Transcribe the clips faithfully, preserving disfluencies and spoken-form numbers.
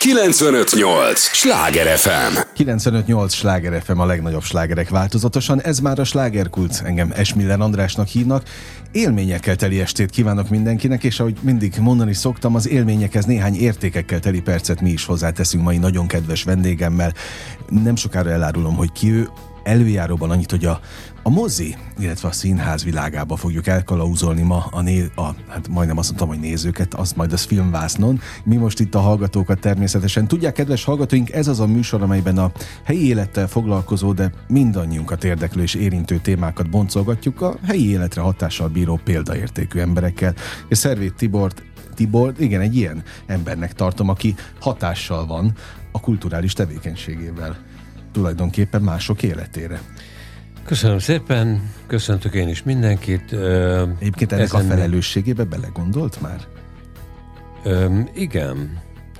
kilencvenöt nyolc Sláger ef em. kilencvenöt nyolc Sláger ef em, a legnagyobb slágerek változatosan. Ez már a Slágerkult, engem Esmiller Andrásnak hívnak. Élményekkel teli estét kívánok mindenkinek, és ahogy mindig mondani szoktam, az élményekhez néhány értékekkel teli percet mi is hozzáteszünk mai nagyon kedves vendégemmel. Nem sokára elárulom, hogy ki ő. Előjáróban annyit, hogy a, a mozi, illetve a színház világába fogjuk elkalauzolni ma a, né, a hát majdnem azt mondtam, hogy nézőket, azt majd az filmvásznon. Mi most itt a hallgatókat természetesen. Tudják, kedves hallgatóink, ez az a műsor, amelyben a helyi élettel foglalkozó, de mindannyiunkat érdeklő és érintő témákat boncolgatjuk a helyi életre hatással bíró példaértékű emberekkel. És Szervét Tibort, Tibor, igen, egy ilyen embernek tartom, aki hatással van a kulturális tevékenységével tulajdonképpen mások életére. Köszönöm szépen, köszöntök én is mindenkit. Egyébként ennek a felelősségébe belegondolt már? Öm, igen.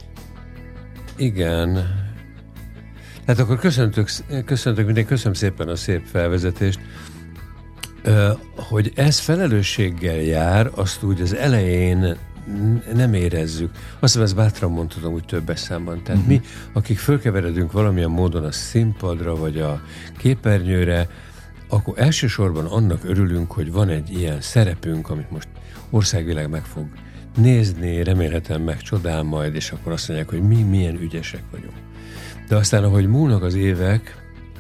Igen. Hát akkor köszöntök, köszöntök mindenki, köszönöm szépen a szép felvezetést. Ö, hogy ez felelősséggel jár, azt úgy az elején nem érezzük. Azt hiszem, ezt bátran mondhatom úgy többes számban. Tehát uh-huh. mi, akik fölkeveredünk valamilyen módon a színpadra, vagy a képernyőre, akkor elsősorban annak örülünk, hogy van egy ilyen szerepünk, amit most országvilág meg fog nézni, remélhetően megcsodál majd, és akkor azt mondják, hogy mi milyen ügyesek vagyunk. De aztán, ahogy múlnak az évek,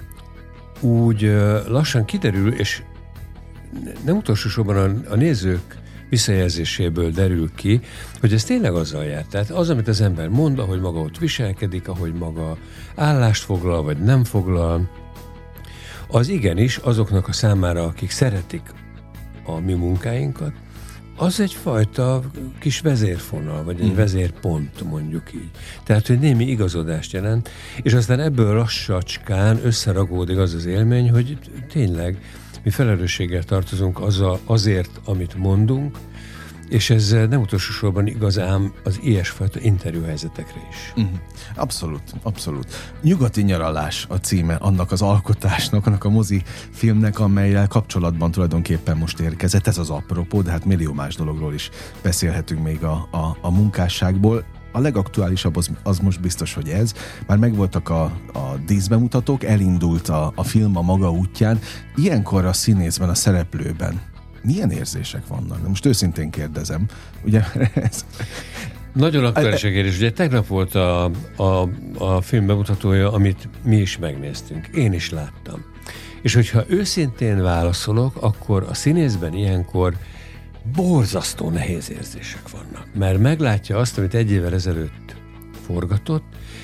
úgy lassan kiderül, és nem utolsó sorban a, a nézők visszajelzéséből derül ki, hogy ez tényleg azzal jár. Tehát az, amit az ember mond, ahogy maga ott viselkedik, ahogy maga állást foglal, vagy nem foglal, az igenis azoknak a számára, akik szeretik a mi munkáinkat, az egyfajta kis vezérfonal, vagy egy vezérpont, mondjuk így. Tehát, hogy némi igazodást jelent, és aztán ebből lassacskán összeragódik az az élmény, hogy tényleg mi felelősséggel tartozunk azzal, azért, amit mondunk, és ez nem utolsó sorban igaz ám az ilyesfajta interjúhelyzetekre is. Uh-huh. Abszolút, abszolút. Nyugati nyaralás a címe annak az alkotásnak, annak a mozi filmnek, amellyel kapcsolatban tulajdonképpen most érkezett. Ez az apropó, de hát millió más dologról is beszélhetünk még a, a, a munkásságból. A legaktuálisabb az, az most biztos, hogy ez. Már megvoltak a, a díszbemutatók, elindult a, a film a maga útján. Ilyenkor a színészben, a szereplőben milyen érzések vannak? De most őszintén kérdezem. Ugye ez... Nagyon aktuális a kérdés. Ugye tegnap volt a, a, a film bemutatója, amit mi is megnéztünk. Én is láttam. És hogyha őszintén válaszolok, akkor a színészben ilyenkor borzasztó nehéz érzések vannak. Mert meglátja azt, amit egy évvel ezelőtt forgatott,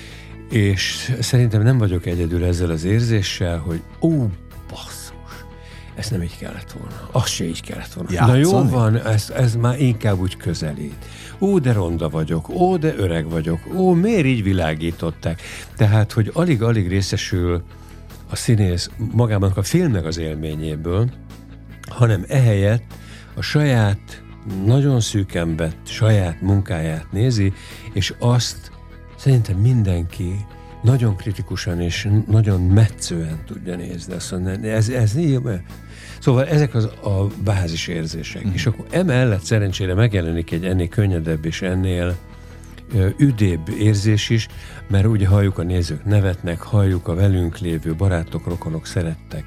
és szerintem nem vagyok egyedül ezzel az érzéssel, hogy ó, basszus, ez nem így kellett volna. Az se így kellett volna. Játszani? Na jó van, ez, ez már inkább úgy közelít. Ó, de ronda vagyok, ó, de öreg vagyok, ó, miért így világították? Tehát, hogy alig-alig részesül a színész magában a filmnek az élményéből, hanem ehelyett a saját, nagyon szűken vett saját munkáját nézi, és azt szerintem mindenki nagyon kritikusan és nagyon metszően tudja nézni. Azt mondani, ez, ez szóval ezek az a bázis érzések. Mm. És akkor emellett szerencsére megjelenik egy ennél könnyedebb és ennél üdébb érzés is, mert ugye halljuk, a nézők nevetnek, halljuk a velünk lévő barátok, rokonok, szerettek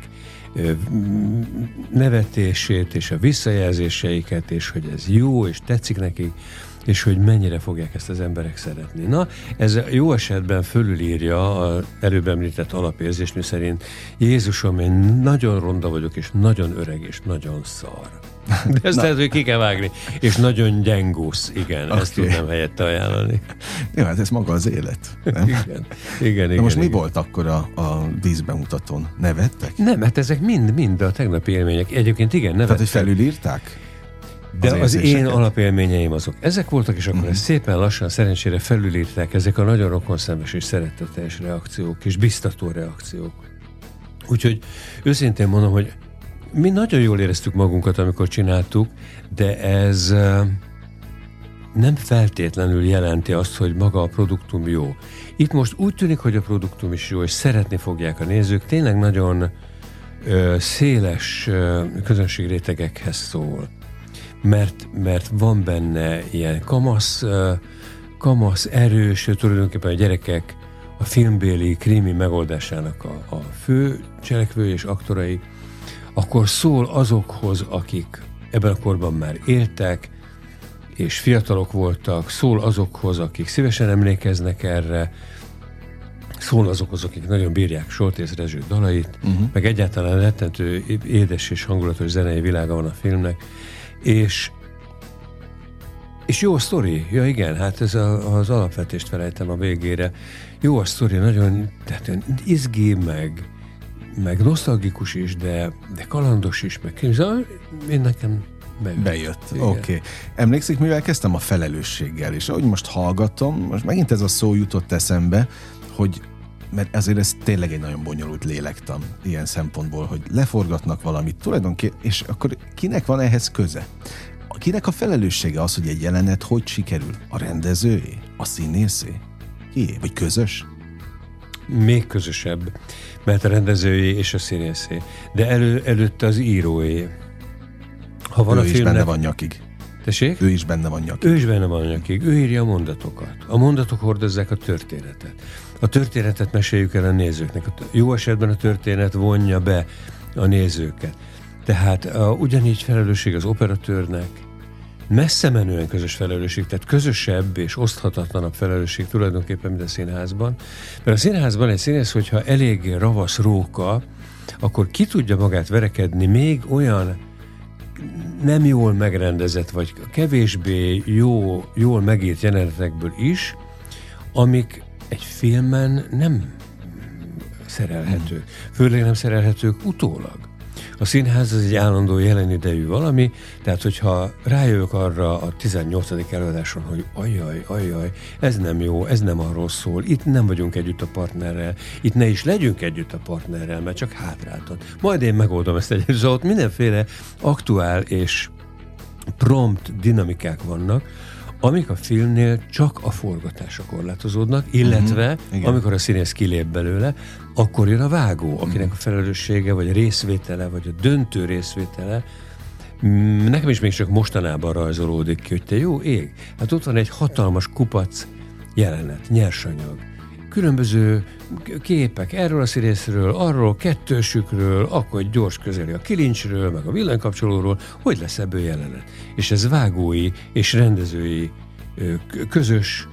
nevetését és a visszajelzéseiket, és hogy ez jó, és tetszik nekik, és hogy mennyire fogják ezt az emberek szeretni. Na, ez jó esetben fölülírja az előbb említett alapérzést, miszerint Jézusom, én nagyon ronda vagyok, és nagyon öreg, és nagyon szar. De ezt lehet, hogy ki kell vágni. És nagyon gyengúsz, igen, okay. Ezt tudnám helyette ajánlani. Jó, hát ez maga az élet, nem? Igen, igen, igen. most igen. mi volt akkor a, a díszbemutatón? Nevettek? Nem, hát ezek mind, mind a tegnapi élmények. Egyébként igen, nevettek. Tehát, hogy felülírták? De az, az én alapélményeim azok. Ezek voltak, és akkor uh-huh. szépen lassan, szerencsére felülírták ezek a nagyon rokonszenves és szeretetteljes reakciók, és biztató reakciók. Úgyhogy őszintén mondom, hogy mi nagyon jól éreztük magunkat, amikor csináltuk, de ez nem feltétlenül jelenti azt, hogy maga a produktum jó. Itt most úgy tűnik, hogy a produktum is jó, és szeretni fogják a nézők. Tényleg nagyon ö, széles ö, közönségrétegekhez szól. Mert, mert van benne ilyen kamasz ö, kamasz, erős, tulajdonképpen a gyerekek a filmbéli krimi megoldásának a, a fő cselekvő és aktorai, akkor szól azokhoz, akik ebben a korban már éltek, és fiatalok voltak, szól azokhoz, akik szívesen emlékeznek erre, szól azokhoz, akik nagyon bírják Soltész Rezső dalait, uh-huh. meg egyáltalán rettentő édes és hangulatos zenei világa van a filmnek, és és jó a sztori, ja igen, hát ez a, az alapvetést felejtem a végére. Jó a sztori, nagyon tehát izgi, meg, meg nosztalgikus is, de, de kalandos is, meg szóval én nekem bejött. Bejött, oké. Okay. Emlékszik, mivel kezdtem a felelősséggel, és ahogy most hallgatom, most megint ez a szó jutott eszembe, hogy mert ezért ez tényleg egy nagyon bonyolult lélektan ilyen szempontból, hogy leforgatnak valamit tulajdonképpen, és akkor kinek van ehhez köze? Kinek a felelőssége az, hogy egy jelenet hogy sikerül? A rendezőé? A színészé? Kié? Vagy közös? Még közösebb, mert a rendezőé és a színészé. De elő, előtte az íróé. Ha van ő a is filmnek... benne van nyakig. Tessék? Ő is benne van nyakig. Ő is benne van nyakig. Ő írja a mondatokat. A mondatok hordozzák a történetet. A történetet meséljük el a nézőknek. Jó esetben a történet vonja be a nézőket. Tehát a, ugyanígy felelősség az operatőrnek, messze menően közös felelősség, tehát közösebb és oszthatatlanabb felelősség tulajdonképpen, mint a színházban. Mert a színházban egy színész, hogyha eléggé ravasz róka, akkor ki tudja magát verekedni még olyan nem jól megrendezett, vagy kevésbé jó, jól megírt jelenetekből is, amik egy filmen nem szerelhetők. Főleg nem szerelhetők utólag. A színház az egy állandó jelenidejű valami, tehát hogyha rájövök arra a tizennyolcadik előadáson, hogy ajjaj, ajjaj, ez nem jó, ez nem arról szól, itt nem vagyunk együtt a partnerrel, itt ne is legyünk együtt a partnerrel, mert csak hátráltat. Majd én megoldom ezt egyébként. Szóval ott mindenféle aktuál és prompt dinamikák vannak, amik a filmnél csak a forgatásra korlátozódnak, illetve uh-huh, amikor a színész kilép belőle, akkor jön a vágó, akinek a felelőssége, vagy a részvétele, vagy a döntő részvétele. Nekem is még csak mostanában rajzolódik ki, hogy te jó ég. Hát ott van egy hatalmas kupac jelenet, nyersanyag. Különböző képek erről a színészről, arról, kettősükről, akkor gyors közeli a kilincsről, meg a villanykapcsolóról, hogy lesz ebből jelenet. És ez vágói és rendezői közös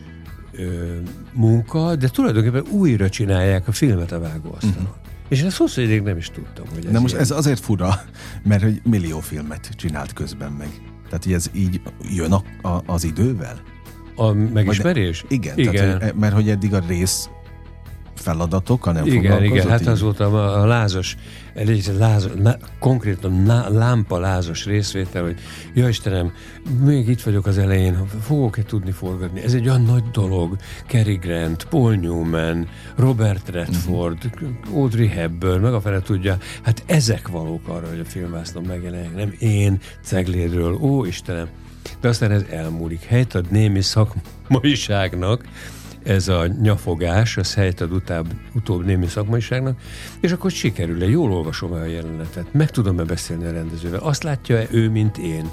munka, de tulajdonképpen újra csinálják a filmet a vágóasztalon. Uh-huh. És én ezt hosszú ideig nem is tudtam, hogy ez De most ilyen. Ez azért fura, mert hogy millió filmet csinált közben meg. Tehát, hogy ez így jön a, a, az idővel? A megismerés? De, igen, igen. Tehát, hogy, mert hogy eddig a rész feladatokkal nem igen, foglalkozott. Igen, hát így. az volt a, a lázas, elég lázas, lá, konkrétan ná, lámpa lázas részvétel, hogy ja Istenem, még itt vagyok az elején, fogok-e tudni forgatni? Ez egy olyan nagy dolog. Cary Grant, Paul Newman, Robert Redford, uh-huh. Audrey Hepburn, meg a fele tudja, hát ezek valók arra, hogy a filmvásznon megjelenjenek, nem én Ceglédről, ó Istenem. De aztán ez elmúlik. Helyt ad némi szakmaiságnak, ez a nyafogás, az helyt ad utább, utóbb némi szakmaiságnak, és akkor sikerül-e, jól olvasom-e a jelenetet, meg tudom-e beszélni a rendezővel, azt látja-e ő, mint én.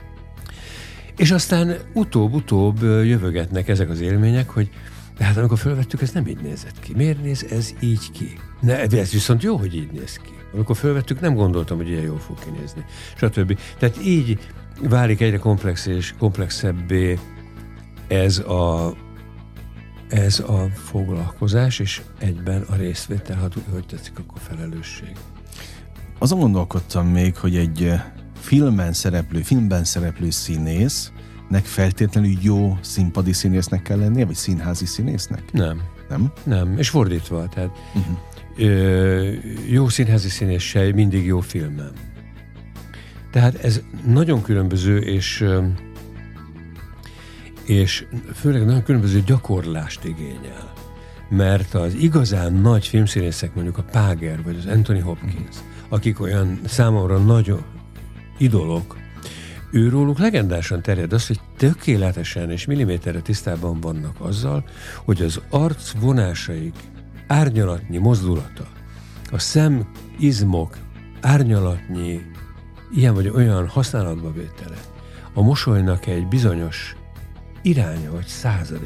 És aztán utóbb-utóbb jövögetnek ezek az élmények, hogy de hát amikor felvettük, ez nem így nézett ki. Miért néz ez így ki? Ne, ez viszont jó, hogy így néz ki. Amikor felvettük, nem gondoltam, hogy ilyen jól fog kinézni. Stb. Tehát így válik egyre komplex és komplexebbé ez a ez a foglalkozás, és egyben a részvétel, ha hogy tetszik, akkor felelősség. Azon gondolkodtam még, hogy egy filmben szereplő, filmben szereplő színésznek feltétlenül jó színpadi színésznek kell lennie, vagy színházi színésznek? Nem. Nem? Nem, és fordítva, tehát uh-huh. ö, jó színházi színész se mindig jó filmben. Tehát ez nagyon különböző, és és főleg nagyon különböző gyakorlást igényel. Mert az igazán nagy filmszínészek, mondjuk a Páger, vagy az Anthony Hopkins, akik olyan számomra nagy idolok, őróluk legendásan terjed az, hogy tökéletesen és milliméterre tisztában vannak azzal, hogy az arc vonásaik árnyalatnyi mozdulata, a szem izmok árnyalatnyi ilyen vagy olyan használatba vétele, a mosolynak egy bizonyos iránya vagy százaléka,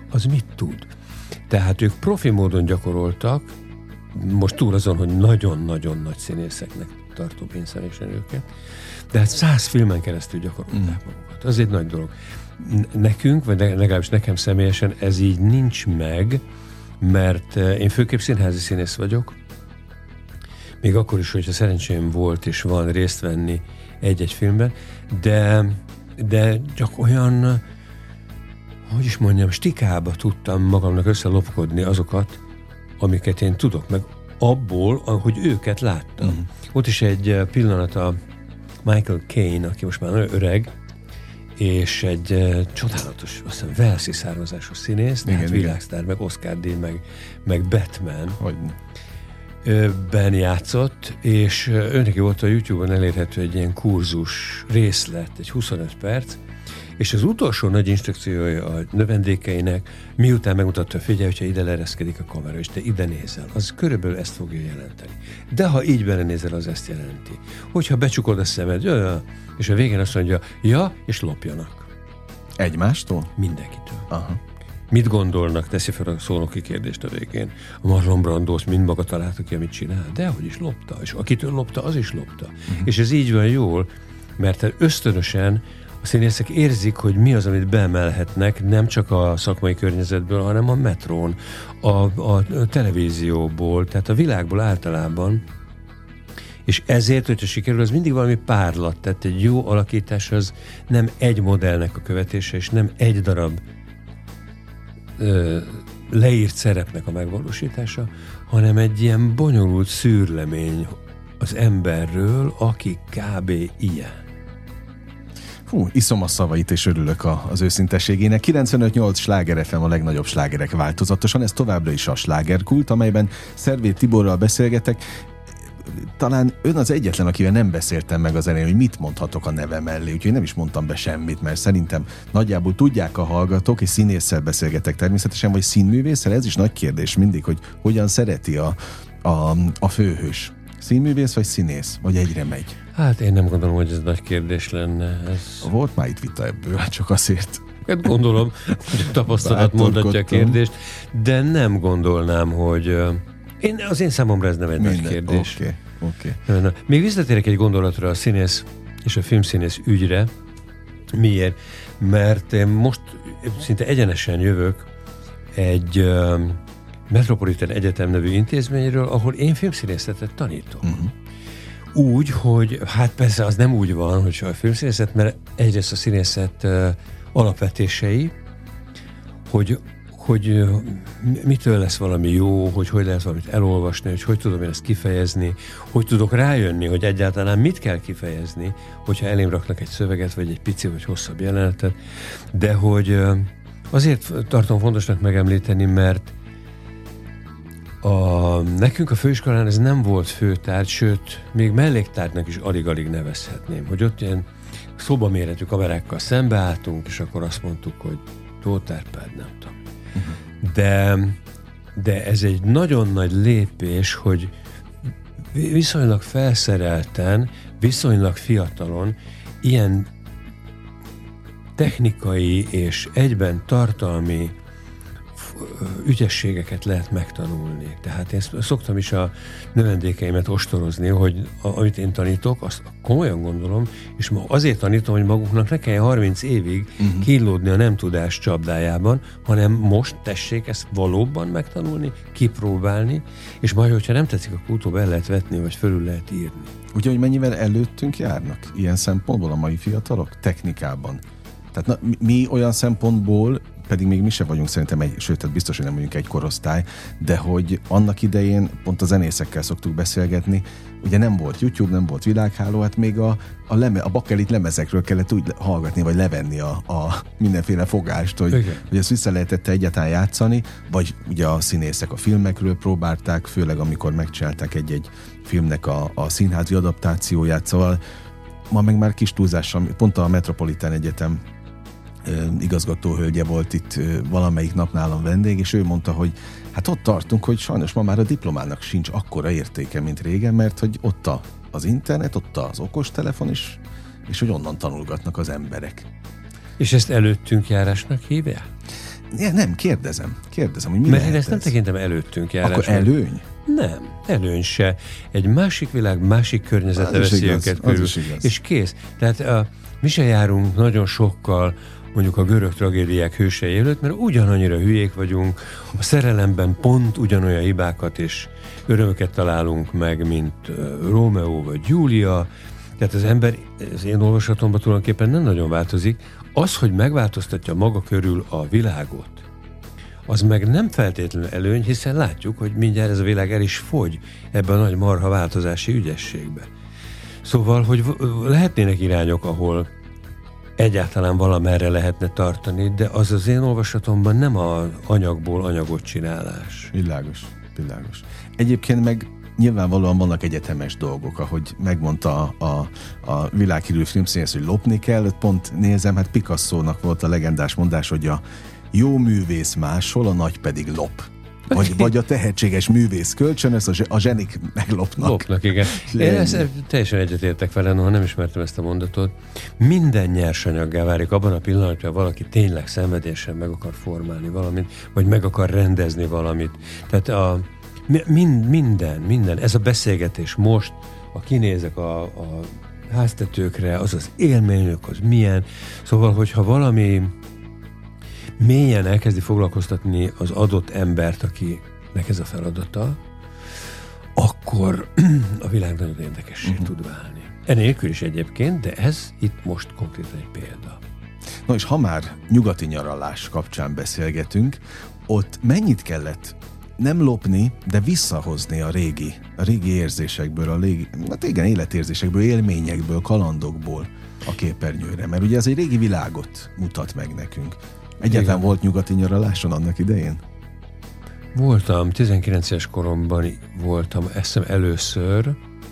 az mit tud? Tehát ők profi módon gyakoroltak, most túl azon, hogy nagyon-nagyon nagy színészeknek tartom én személyesen őket, de hát száz filmen keresztül gyakorolták mm. magukat. Az egy nagy dolog. Nekünk, vagy legalábbis nekem személyesen ez így nincs meg, mert én főképp színházi színész vagyok, még akkor is, hogyha szerencsém volt és van részt venni egy-egy filmben, de, de csak olyan, hogy is mondjam, stikába tudtam magamnak összelopkodni azokat, amiket én tudok, meg abból, ahogy őket láttam. Uh-huh. Ott is egy pillanat a Michael Caine, aki most már nagyon öreg, és egy uh, csodálatos, azt hiszem, walesi származású színész, igen, tehát világsztár, meg Oscar-díj, meg, meg Batman. Hogyne. Ben játszott, és őneki volt a YouTube-on elérhető egy ilyen kurzus részlet, egy huszonöt perc, és az utolsó nagy instrukciója a növendékeinek, miután megmutatta, figyelj, hogyha ide leereszkedik a kamera, és te ide nézel, az körülbelül ezt fogja jelenteni. De ha így belenézel, az ezt jelenti. Hogyha becsukod a szemed, jö, jö, és a végén azt mondja, ja, és lopjanak. Egymástól? Mindenkitől. Aha. Mit gondolnak, teszi fel a szónoki kérdést a végén. A Marlon Brandót mind maga találta ki, amit csinál. De hogy is lopta. És akitől lopta, az is lopta. Uh-huh. És ez így van jól, mert ösztönösen a színészek érzik, hogy mi az, amit beemelhetnek, nem csak a szakmai környezetből, hanem a metrón, a, a televízióból, tehát a világból általában. És ezért, hogyha sikerül, az mindig valami párlat. Tehát egy jó alakítás az nem egy modellnek a követése, és nem egy darab leírt szerepnek a megvalósítása, hanem egy ilyen bonyolult szűrlemény az emberről, aki kb. Ilyen. Hú, iszom a szavait, és örülök a, az őszintességének. kilencvenöt nyolc Sláger ef em a legnagyobb slágerek változatosan, ez továbbra is a Slágerkult, amelyben Szervét Tiborral beszélgetek. Talán ön az egyetlen, akivel nem beszéltem meg az elején, hogy mit mondhatok a neve mellé, úgyhogy nem is mondtam be semmit, mert szerintem nagyjából tudják a hallgatók, és színésszel beszélgetek természetesen, vagy színművésszel, ez is nagy kérdés mindig, hogy hogyan szereti a, a, a főhős. Színművész vagy színész? Vagy egyre megy? Hát én nem gondolom, hogy ez nagy kérdés lenne. Ez... Volt már itt vita ebből, csak azért. Hát gondolom, hogy a tapasztalat mondatja a kérdést, de nem gondolnám, hogy... Én, az én számomra ez nem egy Minden. nagy kérdés. Oké, okay. oké. Okay. Még visszatérek egy gondolatra a színész és a filmszínész ügyre. Miért? Mert én most szinte egyenesen jövök egy uh, Metropolitan Egyetem nevű intézményről, ahol én filmszínészetet tanítok. Uh-huh. Úgy, hogy hát persze az nem úgy van, hogy a filmszínészet, mert egyrészt a színészet uh, alapvetései, hogy hogy mitől lesz valami jó, hogy hogy lehet valamit elolvasni, hogy hogy tudom én ezt kifejezni, hogy tudok rájönni, hogy egyáltalán mit kell kifejezni, hogyha elém raknak egy szöveget, vagy egy pici, vagy hosszabb jelenetet, de hogy azért tartom fontosnak megemlíteni, mert a, nekünk a főiskolán ez nem volt főtárgy, sőt, még melléktárgynak is alig-alig nevezhetném, hogy ott ilyen szobaméretű kamerákkal szembeálltunk, és akkor azt mondtuk, hogy Tóth Árpád, nem tudom. De, de ez egy nagyon nagy lépés, hogy viszonylag felszerelten, viszonylag fiatalon ilyen technikai és egyben tartalmi ügyességeket lehet megtanulni. Tehát én szoktam is a növendékeimet ostorozni, hogy amit én tanítok, azt komolyan gondolom, és azért tanítom, hogy maguknak ne kell harminc évig uh-huh. kínlódni a nem tudás csapdájában, hanem most tessék ezt valóban megtanulni, kipróbálni, és majd, hogyha nem tetszik, akkor utóbb el lehet vetni, vagy fölül lehet írni. Ugye, hogy mennyivel előttünk járnak ilyen szempontból a mai fiatalok? Technikában. Tehát na, mi, mi olyan szempontból, pedig még mi se vagyunk szerintem egy, sőt, tehát biztos, hogy nem vagyunk egy korosztály, de hogy annak idején pont a zenészekkel szoktuk beszélgetni, ugye nem volt YouTube, nem volt világháló, hát még a, a, leme, a bakkelit lemezekről kellett úgy hallgatni, vagy levenni a, a mindenféle fogást, hogy, hogy ezt vissza lehetett egyáltalán játszani, vagy ugye a színészek a filmekről próbálták, főleg amikor megcsinálták egy-egy filmnek a, a színházi adaptációját, szóval ma meg már kis túlzással, pont a Metropolitan Egyetem igazgatóhölgye volt itt valamelyik nap nálam vendég, és ő mondta, hogy hát ott tartunk, hogy sajnos ma már a diplomának sincs akkora értéke, mint régen, mert hogy ott a, az internet, ott az okostelefon is, és hogy onnan tanulgatnak az emberek. És ezt előttünk járásnak hívják? Ja, nem, kérdezem. Kérdezem, hogy mi Mert lehet én ezt nem ez? tekintem előttünk járásban. Akkor előny? Nem, előny se. Egy másik világ, másik környezete veszi őket körül. És kész. Tehát a, mi se járunk nagyon sokkal mondjuk a görög tragédiák hősei előtt, mert ugyanannyira hülyék vagyunk, a szerelemben pont ugyanolyan hibákat és örömöket találunk meg, mint Rómeó vagy Júlia. Tehát az ember, az én olvasatomban tulajdonképpen nem nagyon változik. Az, hogy megváltoztatja maga körül a világot, az meg nem feltétlenül előny, hiszen látjuk, hogy mindjárt ez a világ el is fogy ebbe a nagy marha változási ügyességbe. Szóval, hogy lehetnének irányok, ahol egyáltalán valamerre lehetne tartani, de az az én olvasatomban nem az anyagból anyagot csinálás. Világos, világos. Egyébként meg nyilvánvalóan vannak egyetemes dolgok, ahogy megmondta a, a, a világhírű filmszínész, hogy lopni kell, pont nézem, hát Picasso-nak volt a legendás mondás, hogy a jó művész máshol, a nagy pedig lop. Vagy, vagy a tehetséges művész kölcsönöz, a, a zsenik meglopnak. Lopnak, igen. Én ezt teljesen egyetértek vele, noha nem ismertem ezt a mondatot. Minden nyersanyaggá válik abban a pillanatban, ha valaki tényleg szenvedélyesen meg akar formálni valamit, vagy meg akar rendezni valamit. Tehát a, mind, minden, minden, ez a beszélgetés most, a kinézek a, a háztetőkre, az az élményük, az milyen. Szóval, hogyha valami mélyen elkezdi foglalkoztatni az adott embert, akinek ez a feladata, akkor a világ nagyon érdekessé uh-huh. tud válni. Enélkül is egyébként, de ez itt most konkrétan egy példa. Na és ha már nyugati nyaralás kapcsán beszélgetünk, ott mennyit kellett nem lopni, de visszahozni a régi, a régi érzésekből, a régi, hát igen, életérzésekből, élményekből, kalandokból a képernyőre, mert ugye ez egy régi világot mutat meg nekünk. Egyáltalán igen. Volt nyugati nyaraláson annak idején? Voltam, tizenkilenc éves koromban voltam, ezt hiszem először.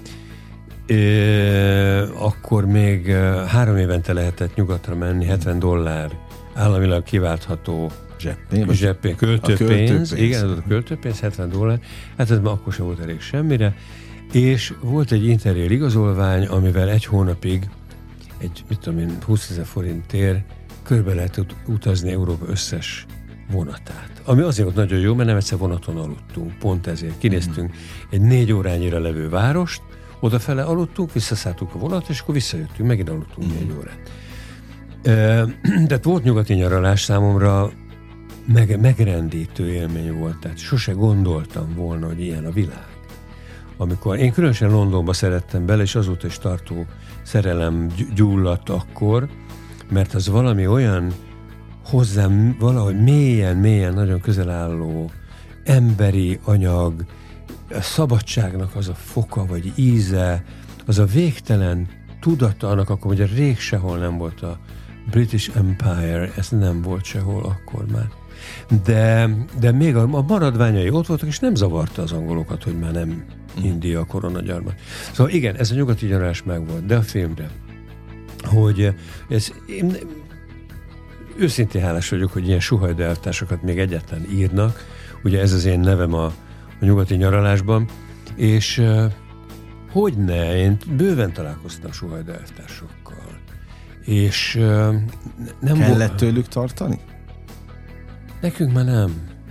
É, akkor még három évente lehetett nyugatra menni, hetven dollár államilag kiváltható zseppén, zseppén költőpénz, igen, ez volt a költőpénz, hetven dollár, hát ez már akkor sem volt elég semmire, és volt egy Interrail igazolvány, amivel egy hónapig egy, mit tudom én, húszezer forintért körbe lehet utazni Európa összes vonatát. Ami azért volt nagyon jó, mert nem egyszer vonaton aludtunk, pont ezért. Kinéztünk mm. egy négy órányira levő várost, odafele aludtunk, visszaszálltunk a vonat, és akkor visszajöttünk, megint aludtunk mm. négy órát. Tehát volt nyugati nyaralás számomra, meg, megrendítő élmény volt, tehát sose gondoltam volna, hogy ilyen a világ. Amikor én különösen Londonba szerettem bele, és azóta is tartó szerelem gyulladt akkor, mert az valami olyan hozzám valahogy mélyen, mélyen, nagyon közel álló emberi anyag, a szabadságnak az a foka, vagy íze, az a végtelen tudata annak akkor, hogy a rég sehol nem volt a British Empire, ez nem volt sehol akkor már. De, de még a, a maradványai ott voltak, és nem zavarta az angolokat, hogy már nem India a koronagyarmat. Szóval igen, ez a nyugati nyaralás megvolt, de a filmre, hogy ez, én őszintén hálás vagyok, hogy ilyen suhajda elvtársakat még egyáltalán írnak, ugye ez az én nevem a, a nyugati nyaralásban, és uh, hogyne, én bőven találkoztam suhajda elvtársakkal, és uh, nem kellett vo- tőlük tartani? Nekünk már nem.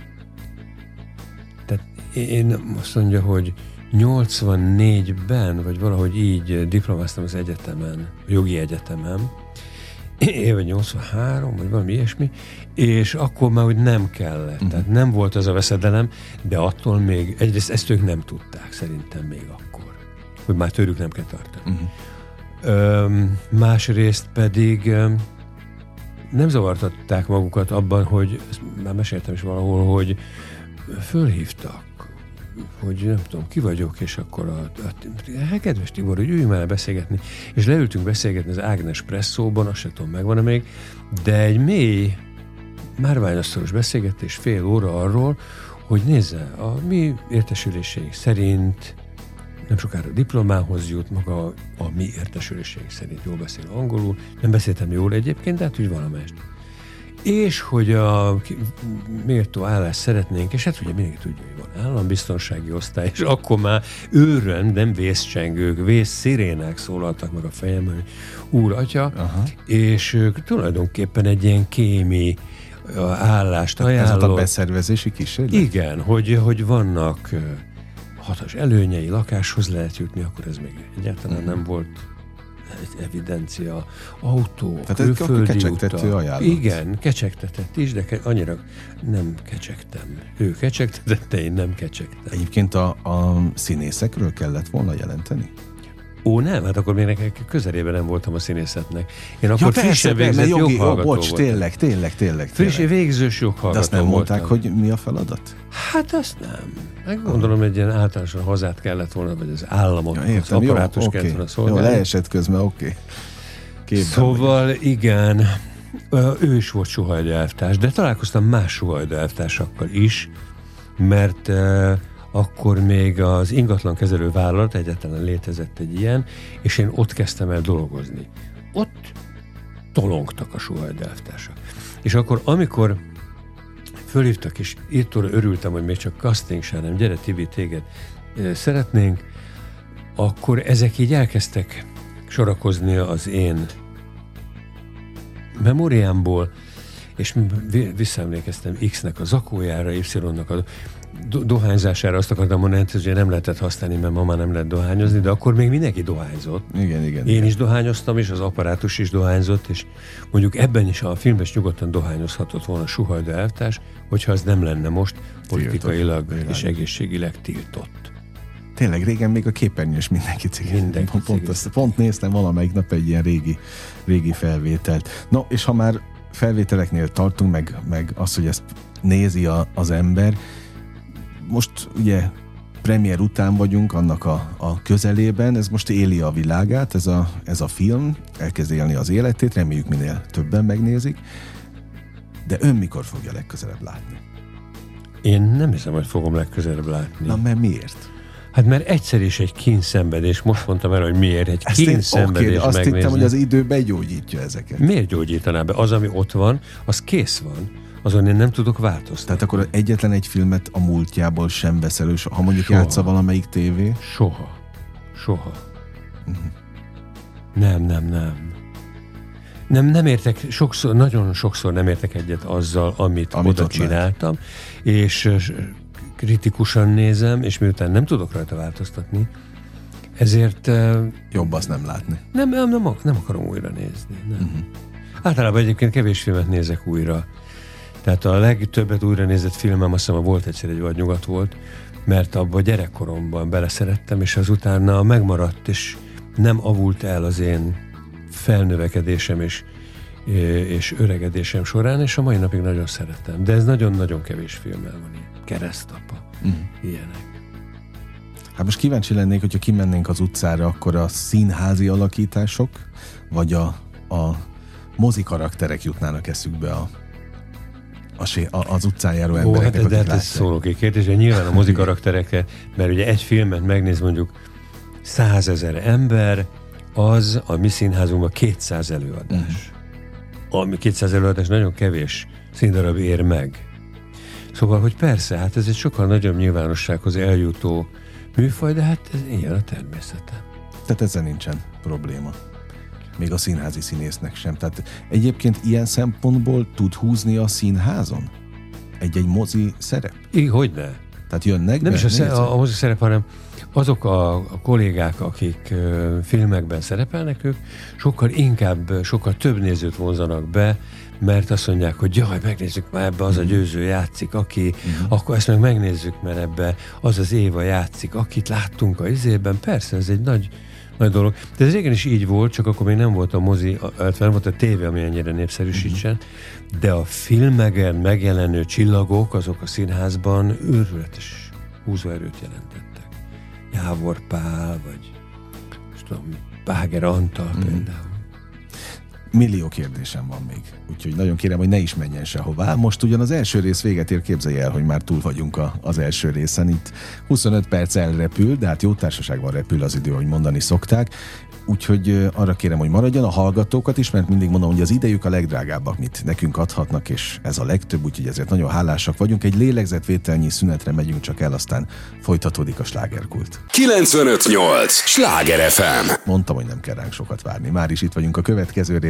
Tehát én azt mondja, hogy nyolcvannégyben, vagy valahogy így diplomáztam az egyetemen, a jogi egyetemen, én vagy nyolcvanhárom, vagy valami ilyesmi, és akkor már úgy nem kellett. Uh-huh. Tehát nem volt az a veszedelem, de attól még, egyrészt ezt ők nem tudták szerintem még akkor, hogy már tőlük nem kell tartani. Uh-huh. Öm, másrészt pedig öm, nem zavartatták magukat abban, hogy, ezt már meséltem is valahol, hogy fölhívtak, hogy nem tudom, ki vagyok, és akkor a, a, a kedves Tibor, hogy üljünk már beszélgetni, és leültünk beszélgetni az Ágnes Presszóban, azt sem tudom, megvan-e még, de egy mély, márványasztalos beszélgetés fél óra arról, hogy nézze, a mi értesüléseink szerint nem sokára diplomához jut, maga a, a mi értesüléseink szerint jól beszél angolul, nem beszéltem jól egyébként, de hát úgy valamelyest. És hogy a méltó állást szeretnénk, és hát ugye mindenki tudja, hogy van állambiztonsági osztály, és akkor már őrön, nem vészcsengők, vészszirénák szólaltak meg a fejemben, hogy úr, atya, aha. És ők tulajdonképpen egy ilyen kémi, állást Tehát ajánlott. ez volt a beszervezési kísérlet? Igen, hogy, hogy vannak hatalmas előnyei, lakáshoz lehet jutni, akkor ez még egyáltalán nem volt evidencia, autó, külföldi kecsegtető ajánlat. Igen, kecsegtetett is, de ke- annyira nem kecsegtem. Ő kecsegtetett, de én nem kecsegtem. Egyébként a, a színészekről kellett volna jelenteni? Ó, nem, hát akkor még nekem közelében nem voltam a színészetnek. Én akkor ja, frissen végzett jogi, joghallgató ó, bocs, voltam. tényleg, tényleg, tényleg. Frissen végzős joghallgató De azt nem mondták, voltam. hogy mi a feladat? Hát azt nem. Meg gondolom, egy ilyen általánosan hazát kellett volna, vagy az államot, Ja, az értem, apparátus jó, kellett okay. volna szolgálni. Jó, leesett közben, oké. Okay. Szóval vagy. Igen, ő is volt Suhajda elvtárs, de találkoztam más Suhajda elvtársakkal is, mert uh, akkor még az ingatlan kezelő vállalat, egyáltalán létezett egy ilyen, és én ott kezdtem el dolgozni. Ott tolongtak a Suhajda elvtársak. És akkor, amikor fölhívtak, és írtóra örültem, hogy még csak casting sem, nem, gyere Tibi, téged uh, szeretnénk, akkor ezek így elkezdtek sorakozni az én memóriámból, és visszaemlékeztem X-nek a zakójára, Y-nak a do- dohányzására, azt akartam mondani, hogy nem lehetett használni, mert ma már nem lehet dohányozni, de akkor még mindenki dohányzott. Igen, igen. Én igen. is dohányoztam, és az apparátus is dohányzott, és mondjuk ebben is a filmben is nyugodtan dohányozhatott volna Suhajda elvtárs, hogyha az nem lenne most politikailag tiltott, és egészségileg tiltott. Tényleg régen még a képernyős mindenki cég. Mindenki pont, pont, azt, pont néztem valamelyik nap egy ilyen régi, régi felvételt. No, és ha már felvételeknél tartunk, meg, meg az, hogy ezt nézi a, az ember, most ugye premier után vagyunk, annak a, a közelében, ez most éli a világát, ez a, ez a film, elkezd élni az életét, reméljük minél többen megnézik, de ön mikor fogja legközelebb látni? Én nem hiszem, hogy fogom legközelebb látni. Na, mert miért? Hát mert egyszer is egy kínszenvedés, most mondtam el, hogy miért egy kínszenvedés okay, azt megnézni. hittem, hogy az idő begyógyítja ezeket. Miért gyógyítaná be? Az, ami ott van, az kész van. Azon én nem tudok változtatni. Tehát akkor egyetlen egy filmet a múltjából sem vesz elő, ha mondjuk Soha. játsza valamelyik tévé? Soha. Soha. Uh-huh. Nem, nem, nem. Nem, nem értek, sokszor, nagyon sokszor nem értek egyet azzal, amit, amit oda csináltam, lehet. És kritikusan nézem, és miután nem tudok rajta változtatni, ezért... Jobb azt nem látni. Nem, nem, nem, nem akarom újra nézni. Nem. Uh-huh. Általában egyébként kevés filmet nézek újra. Tehát a legtöbbet újra nézett filmem, azt hiszem, volt egyszer egy Vagy nyugat volt, mert abban gyerekkoromban beleszerettem, és az utána megmaradt, és nem avult el az én felnövekedésem és, és öregedésem során, és a mai napig nagyon szeretem. De ez nagyon-nagyon kevés filmmel van így. Keresztapa, uh-huh. ilyenek. Hát most kíváncsi lennék, hogyha kimennénk az utcára, akkor a színházi alakítások, vagy a, a mozi karakterek jutnának eszükbe a, a, a, az utcán járó Ó, embereknek, hát, akik de hát látják. ez szólóké kérdés, hogy nyilván a mozi karakterekkel, mert ugye egy filmet megnéz mondjuk százezer ember, az a mi színházunkban kétszáz előadás. Uh-huh. Ami kétszáz előadás nagyon kevés színdarab ér meg. Szóval, hogy persze, hát ez egy sokkal nagyobb nyilvánossághoz eljutó műfaj, de hát ez ilyen a természete. Tehát ezzel nincsen probléma. Még a színházi színésznek sem. Tehát egyébként ilyen szempontból tud húzni a színházon? Egy-egy mozi szerep? Így, hogyne. Tehát jönnek Nem be, is a, sze- a, a mozi szerep, hanem azok a, a kollégák, akik uh, filmekben szerepelnek, ők sokkal inkább, sokkal több nézőt vonzanak be, mert azt mondják, hogy jaj, megnézzük már, ebbe az a győző játszik, aki, uh-huh. akkor ezt meg megnézzük, mert ebbe az az Éva játszik, akit láttunk a izében. Persze, ez egy nagy, nagy dolog. De ez régen is így volt, csak akkor még nem volt a mozi, nem volt a tévé, ami ennyire népszerűsítsen, uh-huh. de a filmeken megjelenő csillagok, azok a színházban őrületes húzóerőt jelentettek. Jávor Pál, vagy most tudom, Báger Antal uh-huh. például. Millió kérdésem van még, úgyhogy nagyon kérem, hogy ne is menjen sehová. Most ugyan az első rész véget ér, képzelje el, hogy már túl vagyunk a, az első részen. Itt huszonöt perc elrepül, de hát jó társaságban repül az idő, ahogy mondani szokták. Úgyhogy arra kérem, hogy maradjon a hallgatókat is, mert mindig mondom, hogy az idejük a legdrágább, amit nekünk adhatnak, és ez a legtöbb, úgyhogy ezért nagyon hálásak vagyunk. Egy lélegzetvételnyi szünetre megyünk csak el, aztán folytatódik a slágerkult. kilencvenöt nyolc Sláger ef em. Mondtam, hogy nem kell ránk sokat várni. Már is itt vagyunk a következő rész.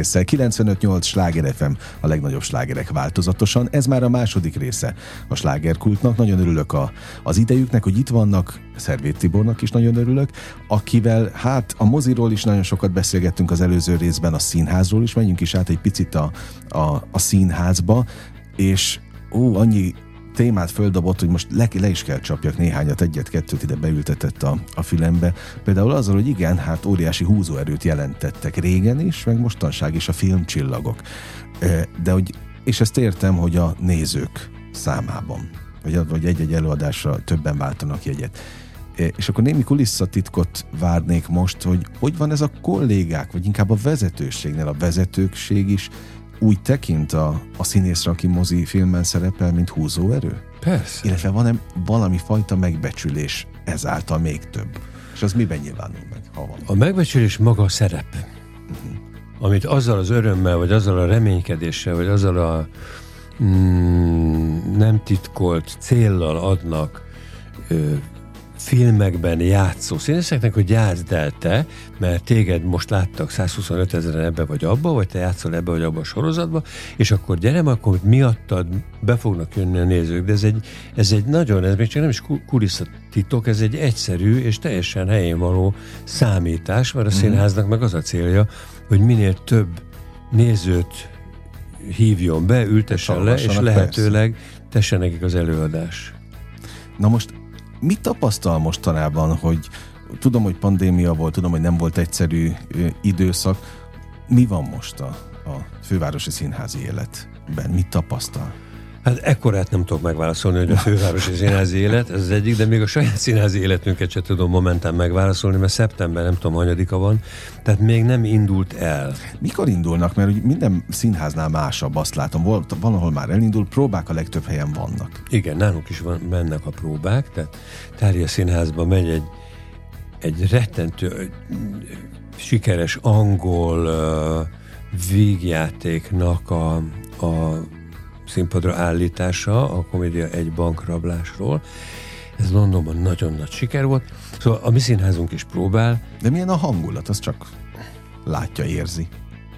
résszel. kilencvenöt nyolc Sláger ef em, a legnagyobb slágerek változatosan. Ez már a második része a slágerkultnak. Nagyon örülök a, az idejüknek, hogy itt vannak. Szervét Tibornak is nagyon örülök, akivel hát a moziról is nagyon sokat beszélgettünk az előző részben, a színházról is, menjünk is át egy picit a, a, a színházba, és ó, annyi témát földobott, hogy most le, le is kell csapjak néhányat, egyet-kettőt ide beültetett a, a fülembe. Például azzal, hogy igen, hát óriási húzóerőt jelentettek régen is, meg mostanság is a filmcsillagok. De hogy, és ezt értem, hogy a nézők számában, vagy, vagy egy-egy előadásra többen váltanak jegyet. És akkor némi kulisszatitkot várnék most, hogy hogy van ez a kollégák, vagy inkább a vezetőségnél, a vezetőkség is úgy tekint a, a színészre, aki mozi filmben szerepel, mint húzóerő? Persze. Illetve van-e valami fajta megbecsülés ezáltal még több? És az miben nyilvánul meg, ha van? A megbecsülés maga a szerep. Uh-huh. Amit azzal az örömmel, vagy azzal a reménykedéssel, vagy azzal a mm, nem titkolt céllal adnak ö, filmekben játszó színészeknek, hogy játszd el te, mert téged most láttak százhuszonöt ezeren ebbe vagy abba, vagy te játszol ebbe vagy abba a sorozatba, és akkor gyere, akkor miattad be fognak jönni a nézők, de ez egy, ez egy nagyon, ez még csak nem is kulisszatitok, ez egy egyszerű és teljesen helyén való számítás, mert a színháznak meg az a célja, hogy minél több nézőt hívjon be, ültessen le, és lehetőleg tessen nekik az előadás. Na most mit tapasztal mostanában, hogy tudom, hogy pandémia volt, tudom, hogy nem volt egyszerű ö, időszak. Mi van most a, a fővárosi színházi életben? Mit tapasztal? Hát ekkorát nem tudok megválaszolni, hogy a fővárosi színházi élet, ez az egyik, de még a saját színházi életünket sem tudom momentán megválaszolni, mert szeptember nem tudom, hanyadika van, tehát még nem indult el. Mikor indulnak? Mert ugye minden színháznál másabb, azt látom, valahol már elindul, próbák a legtöbb helyen vannak. Igen, nálunk is van, mennek a próbák, tehát Thália Színházban megy egy, egy rettentő sikeres angol uh, vígjátéknak a, a színpadra állítása, a komédia egy bankrablásról. Ez Londonban nagyon nagy siker volt. Szóval a mi színházunk is próbál. De milyen a hangulat? Az csak látja, érzi.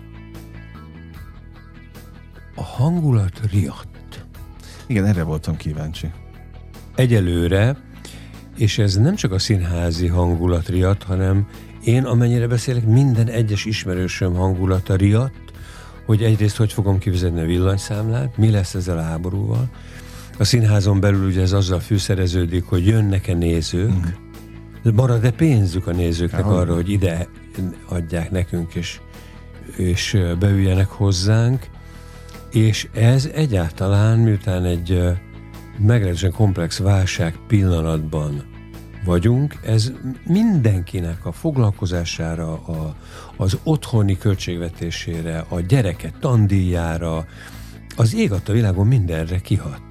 A hangulat riadt. Igen, erre voltam kíváncsi. Egyelőre, és ez nem csak a színházi hangulat riadt, hanem én, amennyire beszélek, minden egyes ismerősöm hangulata riadt, hogy egyrészt hogy fogom kifizetni a villanyszámlát, mi lesz ezzel a háborúval. A színházon belül ugye ez azzal fűszereződik, hogy jönnek-e nézők, mm. marad-e pénzük a nézőknek Há, arra, hogy ide adják nekünk, és, és beüljenek hozzánk, és ez egyáltalán, miután egy meglehetősen komplex válság pillanatban vagyunk, ez mindenkinek a foglalkozására, a, az otthoni költségvetésére, a gyereke tandíjára, az ég adta világon mindenre kihat.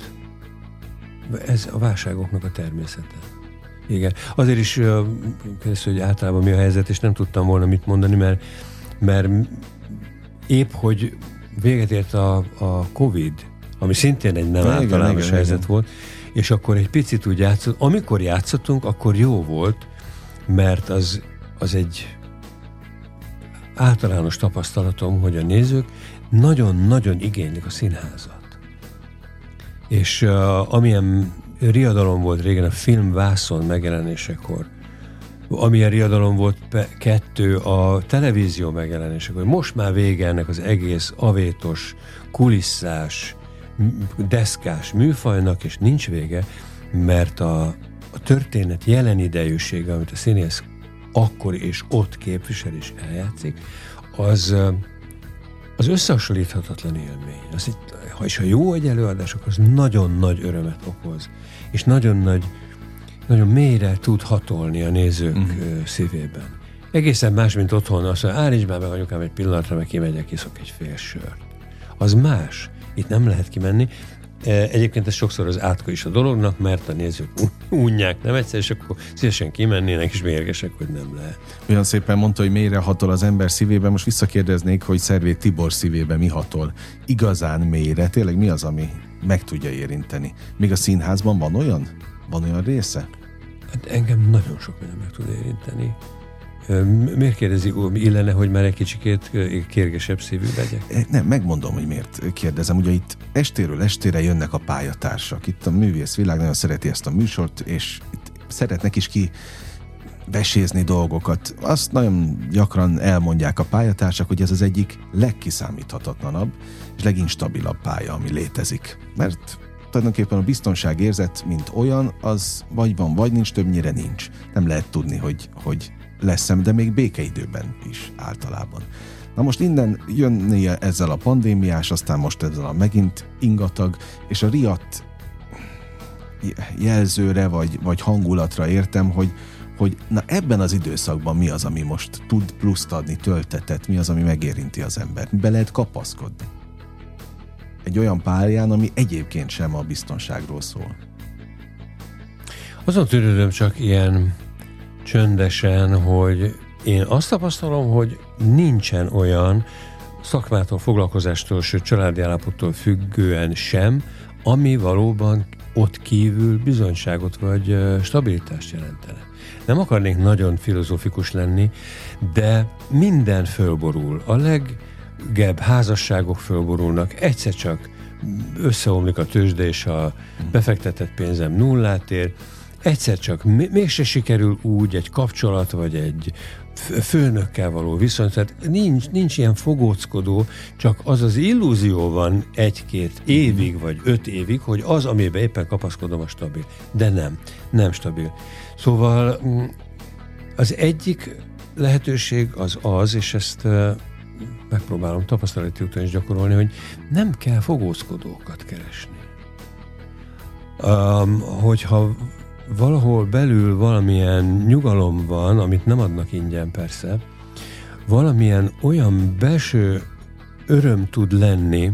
Ez a válságoknak a természete. Igen. Azért is kérdező, hogy általában mi a helyzet, és nem tudtam volna mit mondani, mert, mert épp, hogy véget ért a, a Covid, ami szintén egy nem igen, általános igen, helyzet igen. volt, és akkor egy picit úgy játszott, amikor játszottunk, akkor jó volt, mert az, az egy általános tapasztalatom, hogy a nézők nagyon-nagyon igénylik a színházat. És uh, amilyen riadalom volt régen a film vászon megjelenésekor, amilyen riadalom volt pe- kettő a televízió megjelenésekor, most már vége ennek az egész avétos, kulisszás, deszkás műfajnak, és nincs vége, mert a, a történet jelen idejűsége, amit a színész akkor és ott képvisel és eljátszik, az, az összehasonlíthatatlan élmény. Az, ha is a jó egy előadás, akkor az nagyon nagy örömet okoz, és nagyon nagy, nagyon mélyre tud hatolni a nézők mm. szívében. Egészen más, mint otthon, azt mondja, állíts már meg anyukám egy pillanatra, meg kimegyek, iszok egy fél sört. Az más. Itt nem lehet kimenni. Egyébként ez sokszor az átka is a dolognak, mert a nézők unják nem egyszer, és akkor szívesen kimennének, és mérgesek, hogy nem lehet. Olyan szépen mondta, hogy mélyre hatol az ember szívében. Most visszakérdeznék, hogy Szervét Tibor szívében mi hatol. Igazán mélyre? Tényleg mi az, ami meg tudja érinteni? Még a színházban van olyan? Van olyan része? Hát engem nagyon sok minden meg tud érinteni. Miért kérdezi, illene, hogy már egy kicsikét kérgesebb szívű legyek? Nem, megmondom, hogy miért kérdezem. Ugye itt estéről estére jönnek a pályatársak. Itt a művészvilág nagyon szereti ezt a műsort, és itt szeretnek is ki vesézni dolgokat. Azt nagyon gyakran elmondják a pályatársak, hogy ez az egyik legkiszámíthatatlanabb és leginstabilabb pálya, ami létezik. Mert tulajdonképpen a biztonságérzet, mint olyan, az vagy van, vagy nincs, többnyire nincs. Nem lehet tudni, hogy, hogy lesz-e, de még békeidőben is általában. Na most innen jönnie ezzel a pandémiás, aztán most ezzel a megint ingatag, és a riadt jelzőre vagy, vagy hangulatra értem, hogy, hogy na ebben az időszakban mi az, ami most tud pluszt adni, töltetet, mi az, ami megérinti az embert. Be lehet kapaszkodni egy olyan pályán, ami egyébként sem a biztonságról szól. Azon tűrődöm csak ilyen csöndesen, hogy én azt tapasztalom, hogy nincsen olyan szakmától, foglalkozástól, sőt családi állapottól függően sem, ami valóban ott kívül bizonyságot vagy stabilitást jelentene. Nem akarnék nagyon filozófikus lenni, de minden fölborul. A legebb házasságok fölborulnak, egyszer csak összeomlik a tőzsde, és a befektetett pénzem nullát ér, egyszer csak mégse sikerül úgy egy kapcsolat, vagy egy főnökkel való viszony, tehát nincs, nincs ilyen fogóckodó, csak az az illúzió van egy-két évig, vagy öt évig, hogy az, amiben éppen kapaszkodom, a stabil. De nem, nem stabil. Szóval az egyik lehetőség az az, és ezt megpróbálom tapasztalati úton is gyakorolni, hogy nem kell fogóckodókat keresni. Um, hogyha valahol belül valamilyen nyugalom van, amit nem adnak ingyen persze, valamilyen olyan belső öröm tud lenni,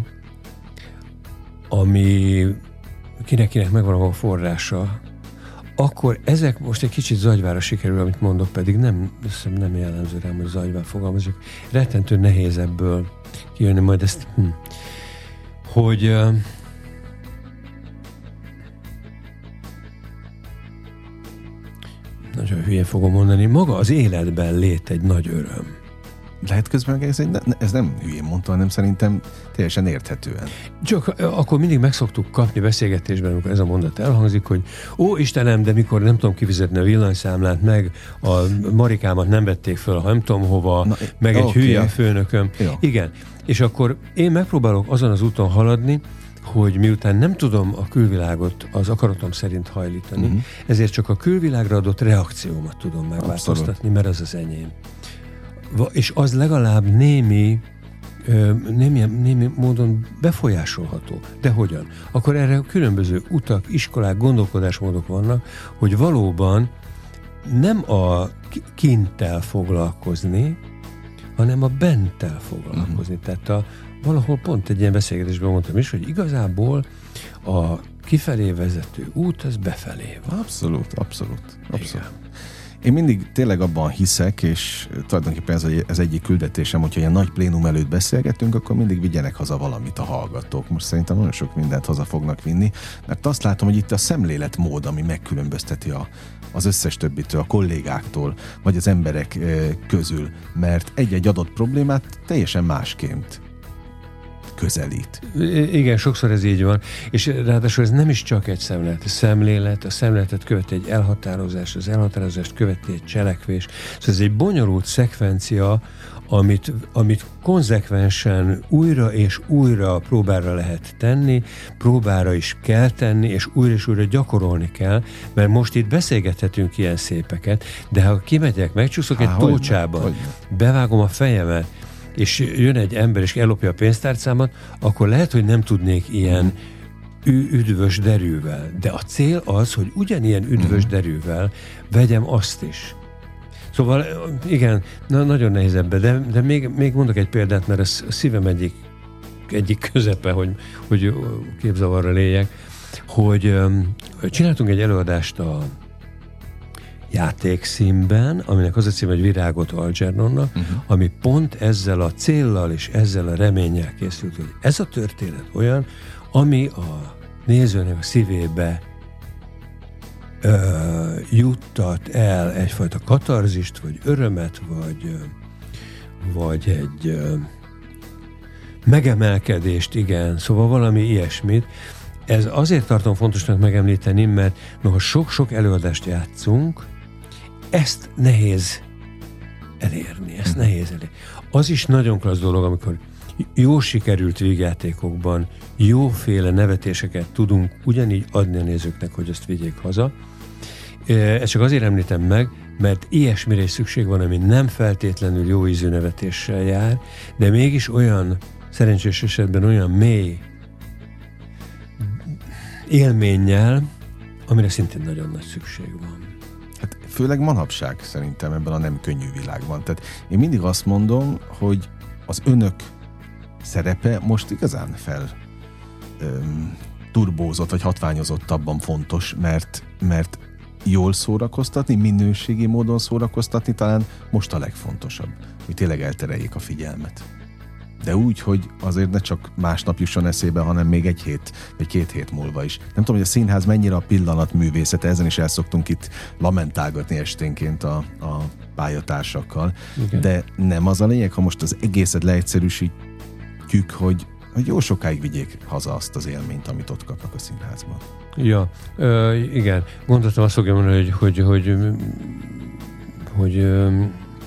ami kinek-kinek megvan a forrása, akkor ezek most egy kicsit zagyvára sikerül, amit mondok, pedig nem, nem jellemző rám, hogy zagyvár fogalmazok. Rettentő nehéz ebből kijönni majd ezt, hm, hogy nagyon hülyén fogom mondani, maga az életben lét egy nagy öröm. Lehet közben, ez, egy, ez nem hülyén mondta, hanem szerintem teljesen érthetően. Csak akkor mindig meg szoktuk kapni beszélgetésben, amikor ez a mondat elhangzik, hogy ó, Istenem, de mikor nem tudom kifizetni a villanyszámlát, meg a Marikámat nem vették föl, ha nem tudom hova, Na, meg egy okay. hülye a főnököm. Jó. Igen. És akkor én megpróbálok azon az úton haladni, hogy miután nem tudom a külvilágot az akaratom szerint hajlítani, uh-huh. ezért csak a külvilágra adott reakciómat tudom megváltoztatni, Abszolút. Mert az az enyém. És az legalább némi, némi, némi módon befolyásolható. De hogyan? Akkor erre különböző utak, iskolák, gondolkodásmódok vannak, hogy valóban nem a kinttel foglalkozni, hanem a benttel foglalkozni. Uh-huh. Tehát a, valahol pont egy ilyen beszélgetésben mondtam is, hogy igazából a kifelé vezető út, az befelé van. Abszolút, abszolút. abszolút. Én mindig tényleg abban hiszek, és tulajdonképpen ez, ez egyik küldetésem, hogyha ilyen nagy plénum előtt beszélgetünk, akkor mindig vigyenek haza valamit a hallgatók. Most szerintem nagyon sok mindent haza fognak vinni, mert azt látom, hogy itt a szemléletmód, ami megkülönbözteti a, az összes többitől, a kollégáktól, vagy az emberek közül, mert egy-egy adott problémát teljesen másként közelít. Igen, sokszor ez így van, és ráadásul ez nem is csak egy szemlélet, a szemlélet, a szemléletet követi egy elhatározás, az elhatározást követi egy cselekvés, szóval ez egy bonyolult szekvencia, amit, amit konzekvensen újra és újra próbára lehet tenni, próbára is kell tenni, és újra és újra gyakorolni kell, mert most itt beszélgethetünk ilyen szépeket, de ha kimegyek, megcsúszok Há, egy tócsában, hogy hogy bevágom a fejemet, és jön egy ember, és ellopja a pénztárcámat, akkor lehet, hogy nem tudnék ilyen ü- üdvös derűvel. De a cél az, hogy ugyanilyen üdvös derűvel vegyem azt is. Szóval igen, na, nagyon nehéz ebbe, de, de még, még mondok egy példát, mert ez a szívem egyik, egyik közepe, hogy, hogy képzavarra léjek, hogy, hogy csináltunk egy előadást a játékszínben, aminek az a cím, hogy Virágot Algernonnak, uh-huh. ami pont ezzel a céllal és ezzel a reménnyel készült, hogy ez a történet olyan, ami a nézőnek a szívébe ö, juttat el egyfajta katarzist, vagy örömet, vagy, vagy egy megemelkedést, igen, szóval valami ilyesmit. Ez azért tartom fontosnak megemlíteni, mert ha sok-sok előadást játszunk, ezt nehéz elérni, ezt nehéz elérni. Az is nagyon klassz dolog, amikor jó sikerült vígjátékokban jóféle nevetéseket tudunk ugyanígy adni a nézőknek, hogy azt vigyék haza. Ezt csak azért említem meg, mert ilyesmire is szükség van, ami nem feltétlenül jó ízű nevetéssel jár, de mégis olyan, szerencsés esetben olyan mély élménnyel, amire szintén nagyon nagy szükség van. Hát főleg manapság szerintem ebben a nem könnyű világban. Tehát én mindig azt mondom, hogy az önök szerepe most igazán fel öm, turbózott, vagy hatványozottabban fontos, mert, mert jól szórakoztatni, minőségi módon szórakoztatni talán most a legfontosabb, hogy tényleg eltereljék a figyelmet. De úgy, hogy azért ne csak másnap jusson eszébe, hanem még egy hét, vagy két hét múlva is. Nem tudom, hogy a színház mennyire a pillanatművészete, ezen is el szoktunk itt lamentálgatni esténként a, a pályatársakkal. Igen. De nem az a lényeg, ha most az egészet leegyszerűsítjük, hogy, hogy jó sokáig vigyék haza azt az élményt, amit ott kapnak a színházban. Ja, ö, igen. Gondoltam, azt fogja mondani, hogy hogy, hogy, hogy, hogy ö,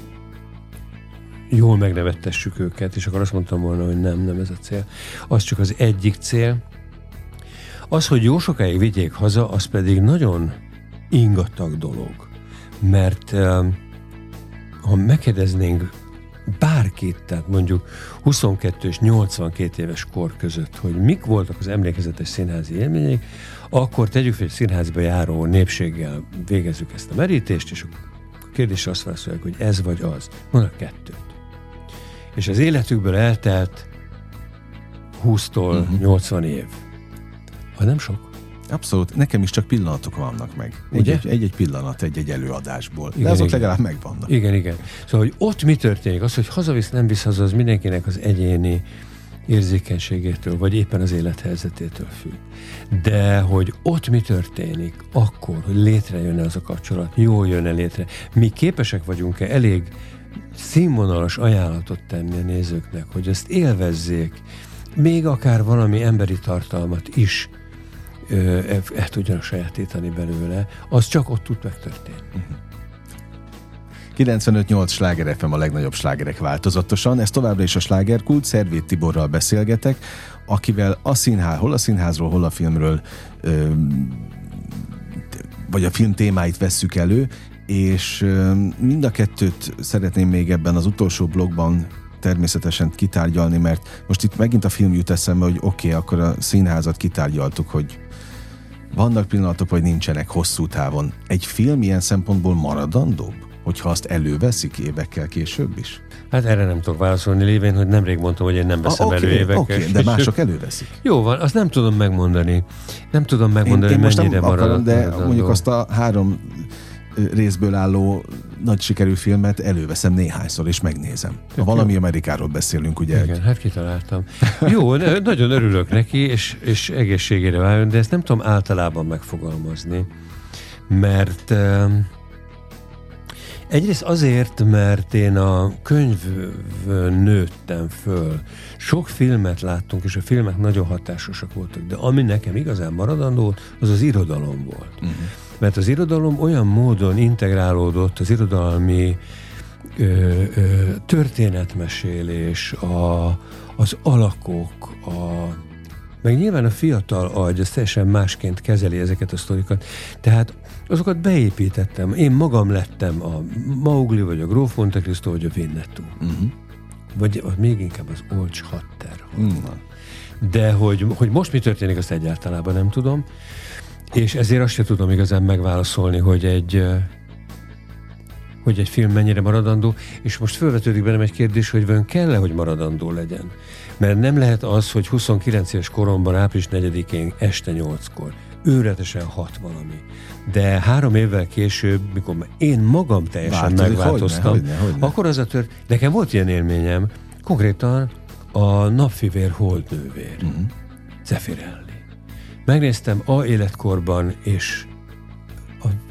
jól megnevettessük őket, és akkor azt mondtam volna, hogy nem, nem ez a cél. Az csak az egyik cél. Az, hogy jó sokáig vigyék haza, az pedig nagyon ingatag dolog. Mert ha megkérdeznénk bárkit, tehát mondjuk huszonkettő és nyolcvankét éves kor között, hogy mik voltak az emlékezetes színházi élmények, akkor tegyük fel, hogy színházba járó népséggel végezzük ezt a merítést, és a kérdésre azt válaszolják, hogy ez vagy az. Mondanak kettőt. És az életükből eltelt húsztól uh-huh. nyolcvan év. Ha nem sok. Abszolút. Nekem is csak pillanatok vannak meg. Egy-egy, egy-egy pillanat, egy-egy előadásból. Igen, de azok igen. legalább megvannak. Igen, igen. Szóval, hogy ott mi történik? Az, hogy hazavisz, nem visz haza, az mindenkinek az egyéni érzékenységétől, vagy éppen az élethelyzetétől függ. De, hogy ott mi történik, akkor, hogy létrejön-e az a kapcsolat, jól jön-e létre, mi képesek vagyunk-e elég színvonalas ajánlatot tenni a nézőknek, hogy ezt élvezzék, még akár valami emberi tartalmat is el tudjanak sajátítani belőle, az csak ott tud megtörténni. Uh-huh. kilencvenöt nyolc Sláger ef em a legnagyobb slágerek változatosan. Ez továbbra is a Slágerkult. Szervét Tiborral beszélgetek, akivel a színház, hol a színházról, hol a filmről ö, vagy a film témáit vesszük elő, és ö, mind a kettőt szeretném még ebben az utolsó blogban természetesen kitárgyalni, mert most itt megint a film jut eszembe, hogy oké, okay, akkor a színházat kitárgyaltuk, hogy vannak pillanatok, vagy nincsenek hosszú távon. Egy film ilyen szempontból maradandóbb, hogyha azt előveszik évekkel később is? Hát erre nem tudok válaszolni, lévén, hogy nemrég mondtam, hogy én nem veszem ah, okay, elő évekkel Oké, okay, de mások előveszik. Jó van, azt nem tudom megmondani. Nem tudom megmondani, én, én most mennyire nem akarom, marad. De maradandó. Mondjuk azt a három részből álló nagy sikerű filmet előveszem néhányszor, és megnézem. Ha valami Amerikáról beszélünk, ugye? Igen, hát kitaláltam. Jó, nagyon örülök neki, és, és egészségére váljon, de ezt nem tudom általában megfogalmazni, mert um, egyrészt azért, mert én a könyvön nőttem föl. Sok filmet láttunk, és a filmek nagyon hatásosak voltak, de ami nekem igazán maradandó, az az irodalom volt. Uh-huh. Mert az irodalom olyan módon integrálódott, az irodalmi ö, ö, történetmesélés, a, az alakok, a, meg nyilván a fiatal agy, az teljesen másként kezeli ezeket a sztorikat. Tehát azokat beépítettem. Én magam lettem a Mowgli, vagy a Gróf Monte Cristo, vagy a Winnetou. Uh-huh. Vagy, vagy még inkább az Old Shatterhand. Uh-huh. De hogy, hogy most mi történik, azt egyáltalában nem tudom. És ezért azt sem tudom igazán megválaszolni, hogy egy, hogy egy film mennyire maradandó, és most felvetődik bennem egy kérdés, hogy vajon kell-e, hogy maradandó legyen. Mert nem lehet az, hogy huszonkilenc éves koromban, április negyedikén este nyolckor őretesen hat valami. De három évvel később, mikor én magam teljesen Változik, megváltoztam, hogyne, hogyne, hogyne. akkor az a tört... Nekem volt ilyen élményem, konkrétan a Napfivér holdnővér, uh-huh. Zeffirelli. Megnéztem a életkorban, és a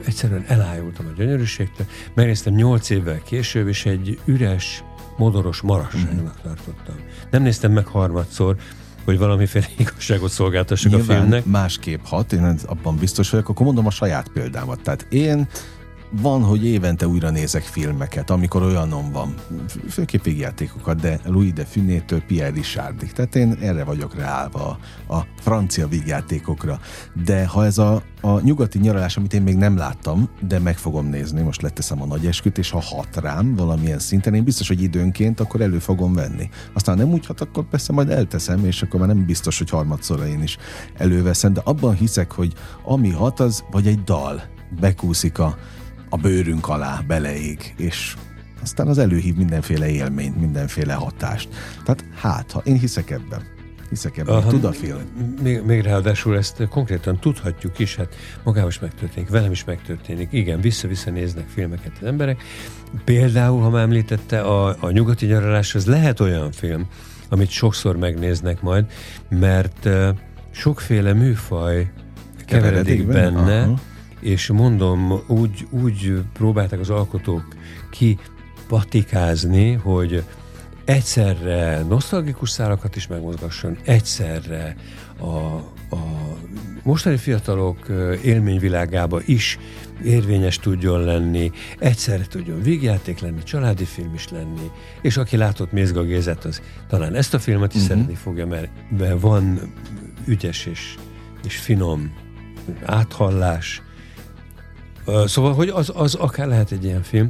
egyszerűen elájultam a gyönyörűségtől. Megnéztem nyolc évvel később, és egy üres, modoros marasságnak tartottam. Nem néztem meg harmadszor, hogy valamiféle igazságot szolgáltassak a filmnek. Másképp hat, én abban biztos vagyok, akkor mondom a saját példámat. Tehát én van, hogy évente újra nézek filmeket, amikor olyanom van, főképp vígjátékokat, de Louis de Funès-től Pierre Richardig. Tehát én erre vagyok ráállva a, a francia vígjátékokra. De ha ez a, a nyugati nyaralás, amit én még nem láttam, de meg fogom nézni, most leteszem a nagy esküt, és ha hat rám valamilyen szinten, én biztos, hogy időnként akkor elő fogom venni. Aztán nem úgy hat, akkor persze majd elteszem, és akkor már nem biztos, hogy harmadszorra én is előveszem, de abban hiszek, hogy ami hat, az vagy egy dal bekúszik a a bőrünk alá beleég, és aztán az előhív mindenféle élményt, mindenféle hatást. Tehát hát, ha én hiszek ebben, hiszek ebben, Aha, tud a film. Még, még ráadásul ezt konkrétan tudhatjuk is, hát magában is megtörténik, velem is megtörténik. Igen, vissza-vissza néznek filmeket az emberek. Például, ha már említette, a, a nyugati nyaralás, az lehet olyan film, amit sokszor megnéznek majd, mert uh, sokféle műfaj keveredik benne, aha. És mondom, úgy, úgy próbálták az alkotók kipatikázni, hogy egyszerre nosztalgikus szálakat is megmozgasson, egyszerre a, a mostani fiatalok élményvilágába is érvényes tudjon lenni, egyszerre tudjon vígjáték lenni, családi film is lenni, és aki látott Mézga Gézát, az talán ezt a filmet is uh-huh. szeretni fogja, mert, mert van ügyes és, és finom áthallás. Szóval, hogy az, az akár lehet egy ilyen film,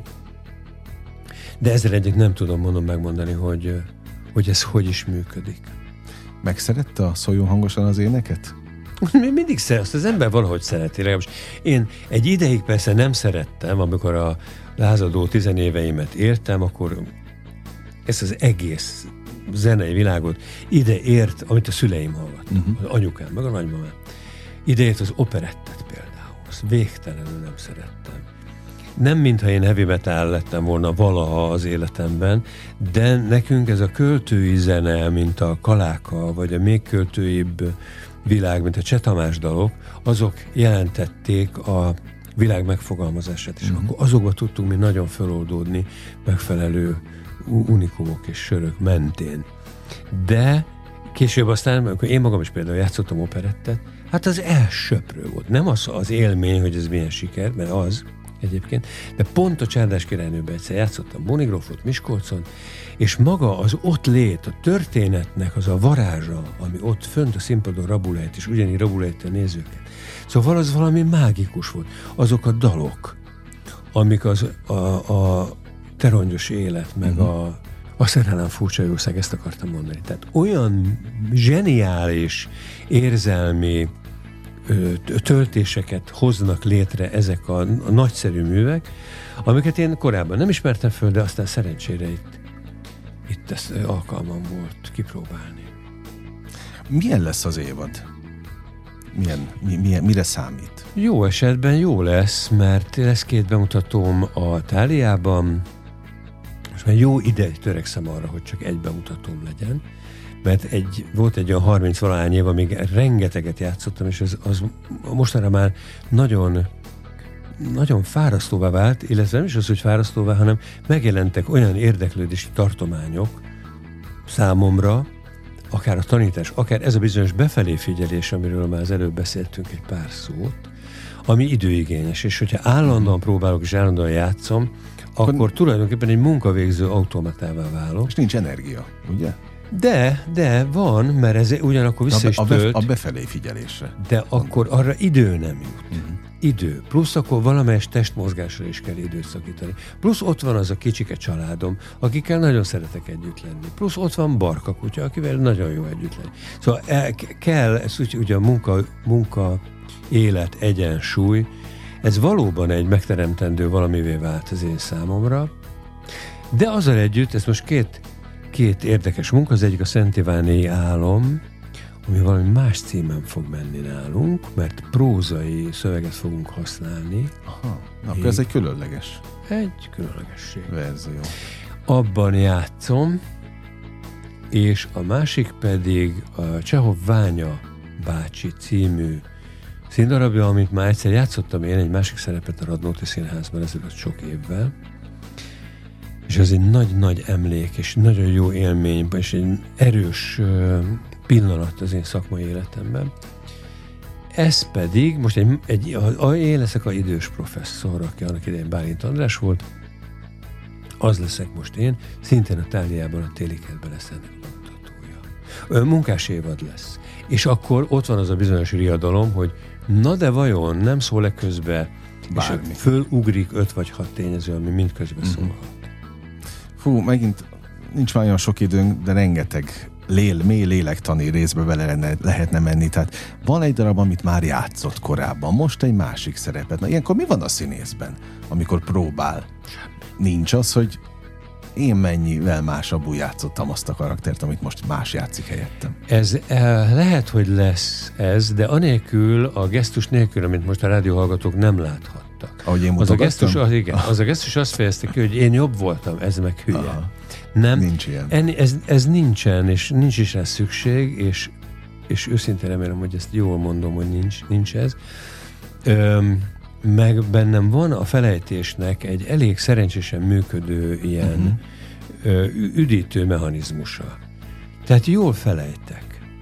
de ezzel egyet nem tudom mondom megmondani, hogy, hogy ez hogy is működik. Megszerette a Szóljon hangosan az éneket? Mindig szeret, az ember valahogy szereti. Legalábbis én egy ideig persze nem szerettem, amikor a lázadó tizenéveimet éltem, akkor ezt az egész zenei világot ide ért, amit a szüleim hallgattak, uh-huh. az anyukám, meg a nagymamám. Ide ért az operettet például. Azt végtelenül nem szerettem. Nem mintha én heavy metal lettem volna valaha az életemben, de nekünk ez a költői zene, mint a Kaláka, vagy a még költőibb világ, mint a Cseh Tamás dalok, azok jelentették a világ megfogalmazását, és uh-huh. akkor azokba tudtunk mi nagyon feloldódni megfelelő unikumok és sörök mentén. De később aztán, amikor én magam is például játszottam operettet, hát az elsöprő volt. Nem az az élmény, hogy ez milyen siker, mert az egyébként, de pont a Csárdás királynőben egyszer játszottam Bonigrófot Miskolcon, és maga az ott lét, a történetnek az a varázsa, ami ott fönt a színpadon rabulejt, és ugyanígy rabulejt a nézőket. Szóval az valami mágikus volt. Azok a dalok, amik az a, a terongyos élet, meg uh-huh. a A szerelem furcsa jószág, ezt akartam mondani. Tehát olyan zseniális érzelmi ö, töltéseket hoznak létre ezek a, a nagyszerű művek, amiket én korábban nem ismertem föl, de aztán szerencsére itt, itt ezt alkalmam volt kipróbálni. Milyen lesz az évad? Milyen, mi, milyen, mire számít? Jó esetben jó lesz, mert lesz két bemutatóm a Táliában. Most már jó ide törekszem arra, hogy csak egy bemutatóm legyen, mert egy, volt egy olyan harminc-valahány év, amíg rengeteget játszottam, és az, az mostanra már nagyon, nagyon fárasztóvá vált, illetve nem is az, hogy fárasztóvá, hanem megjelentek olyan érdeklődési tartományok számomra, akár a tanítás, akár ez a bizonyos befelé figyelés, amiről már az előbb beszéltünk egy pár szót, ami időigényes, és hogyha állandóan próbálok és állandóan játszom, akkor, akkor tulajdonképpen egy munkavégző automatává válok. És nincs energia, ugye? De, de van, mert ez ugyanakkor vissza a, is a, tölt. A befelé figyelésre. De akkor arra idő nem jut. Uh-huh. Idő. Plusz akkor valamelyes testmozgásra is kell időt szakítani. Plusz ott van az a kicsike családom, akikkel nagyon szeretek együtt lenni. Plusz ott van Barka kutya, akivel nagyon jó együtt lenni. Szóval el, kell, ez úgy, ugye a munka, munka, élet, egyensúly, ez valóban egy megteremtendő valamivé vált az én számomra, de azzal együtt, ez most két, két érdekes munka, az egyik a Szent Ivánéi Álom, ami valami más címen fog menni nálunk, mert prózai szöveget fogunk használni. Aha, akkor ez egy különleges. Egy különlegesség. Verzió. Abban játszom, és a másik pedig a Csehov Ványa bácsi című színdarabja, amit már egyszer játszottam én, egy másik szerepet a Radnóti Színházban ezelőtt sok évvel, és ez egy nagy-nagy emlék, és nagyon jó élmény, és egy erős pillanat az én szakmai életemben. Ez pedig, most egy, egy, a, a, én leszek a idős professzor, aki annak idején Bálint András volt, az leszek most én, szintén a Táliában, a Téli Kertben lesz ennek a bemutatója. Munkás évad lesz. És akkor ott van az a bizonyos riadalom, hogy na de vajon nem szól-e közbe, bármi, és fölugrik öt vagy hat tényező, ami mind közbe mm-hmm. szólhat. Fú, megint nincs már olyan sok időnk, de rengeteg lél, mély lélektani részbe bele lenne, lehetne menni. Tehát van egy darab, amit már játszott korábban, most egy másik szerepet. Na ilyenkor mi van a színészben, amikor próbál? Nincs az, hogy én mennyivel másabbul játszottam azt a karaktert, amit most más játszik helyettem. Ez eh, lehet, hogy lesz ez, de anélkül, a gesztus nélkül, amit most a rádióhallgatók nem láthattak. Ahogy én az a gesztus, az, igen, az a gesztus azt fejezte ki, hogy én jobb voltam, ez meg hülye. Aha. Nem, nincs ilyen. En, ez, ez nincsen, és nincs is rá szükség, és, és őszintén remélem, hogy ezt jól mondom, hogy nincs, nincs ez. Öm, meg bennem van a felejtésnek egy elég szerencsésen működő ilyen uh-huh. ö, üdítő mechanizmusa. Tehát jól felejtek.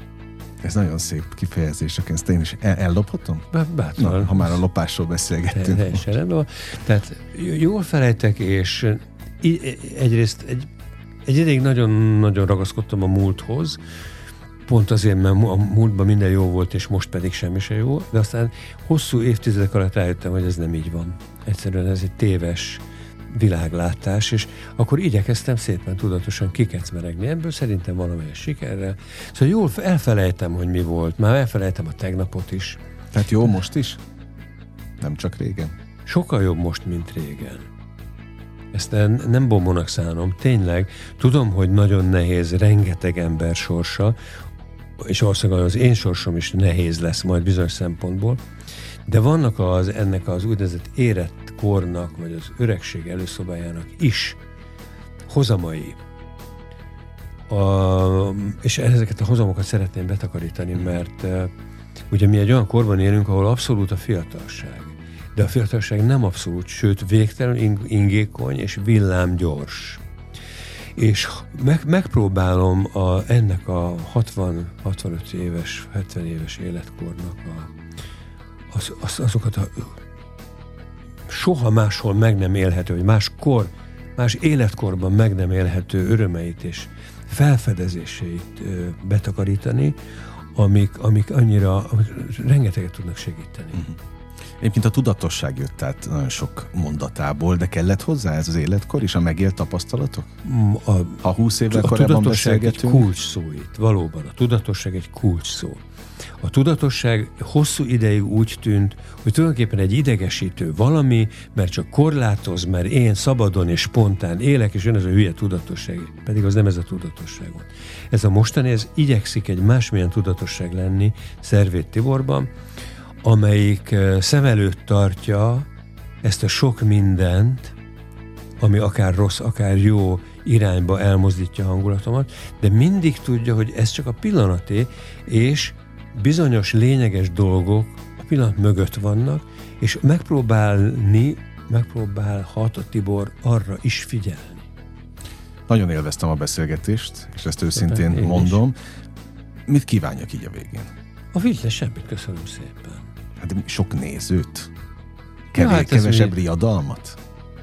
Ez nagyon szép kifejezés, ezt én is el, ellophatom? Bátran. Na, ha már a lopásról beszélgettünk. Teljesen. Tehát jól felejtek, és egyrészt egy, egy ideig nagyon-nagyon ragaszkodtam a múlthoz, pont azért, mert a múltban minden jó volt, és most pedig semmi se jó, de aztán hosszú évtizedek alatt rájöttem, hogy ez nem így van. Egyszerűen ez egy téves világlátás, és akkor igyekeztem szépen tudatosan kikecmeregni ebből, szerintem valamelyes sikerrel. Szóval jól elfelejtem, hogy mi volt. Már elfelejtem a tegnapot is. Tehát jó most is? Nem csak régen? Sokkal jobb most, mint régen. Ezt nem bombónak szánom. Tényleg tudom, hogy nagyon nehéz rengeteg ember sorsa, és valószínűleg az én sorsom is nehéz lesz majd bizonyos szempontból, de vannak az, ennek az úgynevezett érett kornak, vagy az öregség előszobájának is hozamai. A, és ezeket a hozamokat szeretném betakarítani, mert uh, ugye mi egy olyan korban élünk, ahol abszolút a fiatalság. De a fiatalság nem abszolút, sőt végtelenül ingékony és villámgyors. És meg, megpróbálom a, ennek a hatvan-hatvanöt éves, hetven éves életkornak a, az, az, azokat a soha máshol meg nem élhető, vagy más kor, más életkorban meg nem élhető örömeit és felfedezéseit ö, betakarítani, amik, amik annyira, amik rengeteget tudnak segíteni. Uh-huh. Egyébként a tudatosság jött át nagyon sok mondatából, de kellett hozzá ez az életkor és a megélt tapasztalatok? A, ha húsz évvel a korábban tudatosság egy kulcs szó itt, valóban. A tudatosság egy kulcs szó. A tudatosság hosszú ideig úgy tűnt, hogy tulajdonképpen egy idegesítő valami, mert csak korlátoz, mert én szabadon és spontán élek, és jön ez a hülye tudatosság. Pedig az nem ez a tudatosság volt. Ez a mostani, ez igyekszik egy másmilyen tudatosság lenni Szervét Tiborban, amelyik szem előtt tartja ezt a sok mindent, ami akár rossz, akár jó irányba elmozdítja a hangulatomat, de mindig tudja, hogy ez csak a pillanaté, és bizonyos lényeges dolgok a pillanat mögött vannak, és megpróbálni, megpróbálhat a Tibor arra is figyelni. Nagyon élveztem a beszélgetést, és ezt őszintén Én mondom. Is. Mit kívánjak így a végén? A vízre semmit, köszönöm szépen. Hát sok nézőt? Kevés, ja, hát kevesebb mi... riadalmat?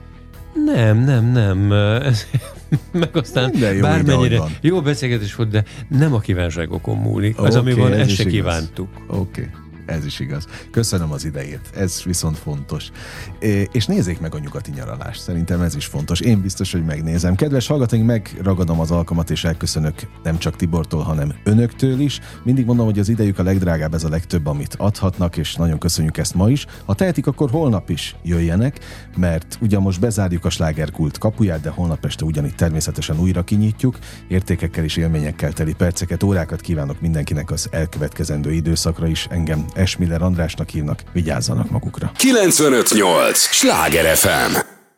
Nem, nem, nem. Ez, meg aztán jó bármennyire jó beszélgetés volt, de nem a kívánságokon múlik. Az, okay, ami van, ezt se kívántuk. Oké. Okay. Ez is igaz. Köszönöm az idejét, ez viszont fontos. És nézzék meg a nyugati nyaralást, szerintem ez is fontos. Én biztos, hogy megnézem. Kedves hallgatóink, megragadom az alkalmat, és elköszönök nem csak Tibortól, hanem önöktől is. Mindig mondom, hogy az idejük a legdrágább, ez a legtöbb, amit adhatnak, és nagyon köszönjük ezt ma is. Ha tehetik, akkor holnap is jöjjenek, mert ugyan most bezárjuk a slágerkult kapuját, de holnap este ugyanitt természetesen újra kinyitjuk. Értékekkel és élményekkel teli perceket, órákat kívánok mindenkinek az elkövetkezendő időszakra is. Engem Esmiller Andrásnak hívnak, vigyázzanak magukra. kilencvenöt nyolc Sláger ef em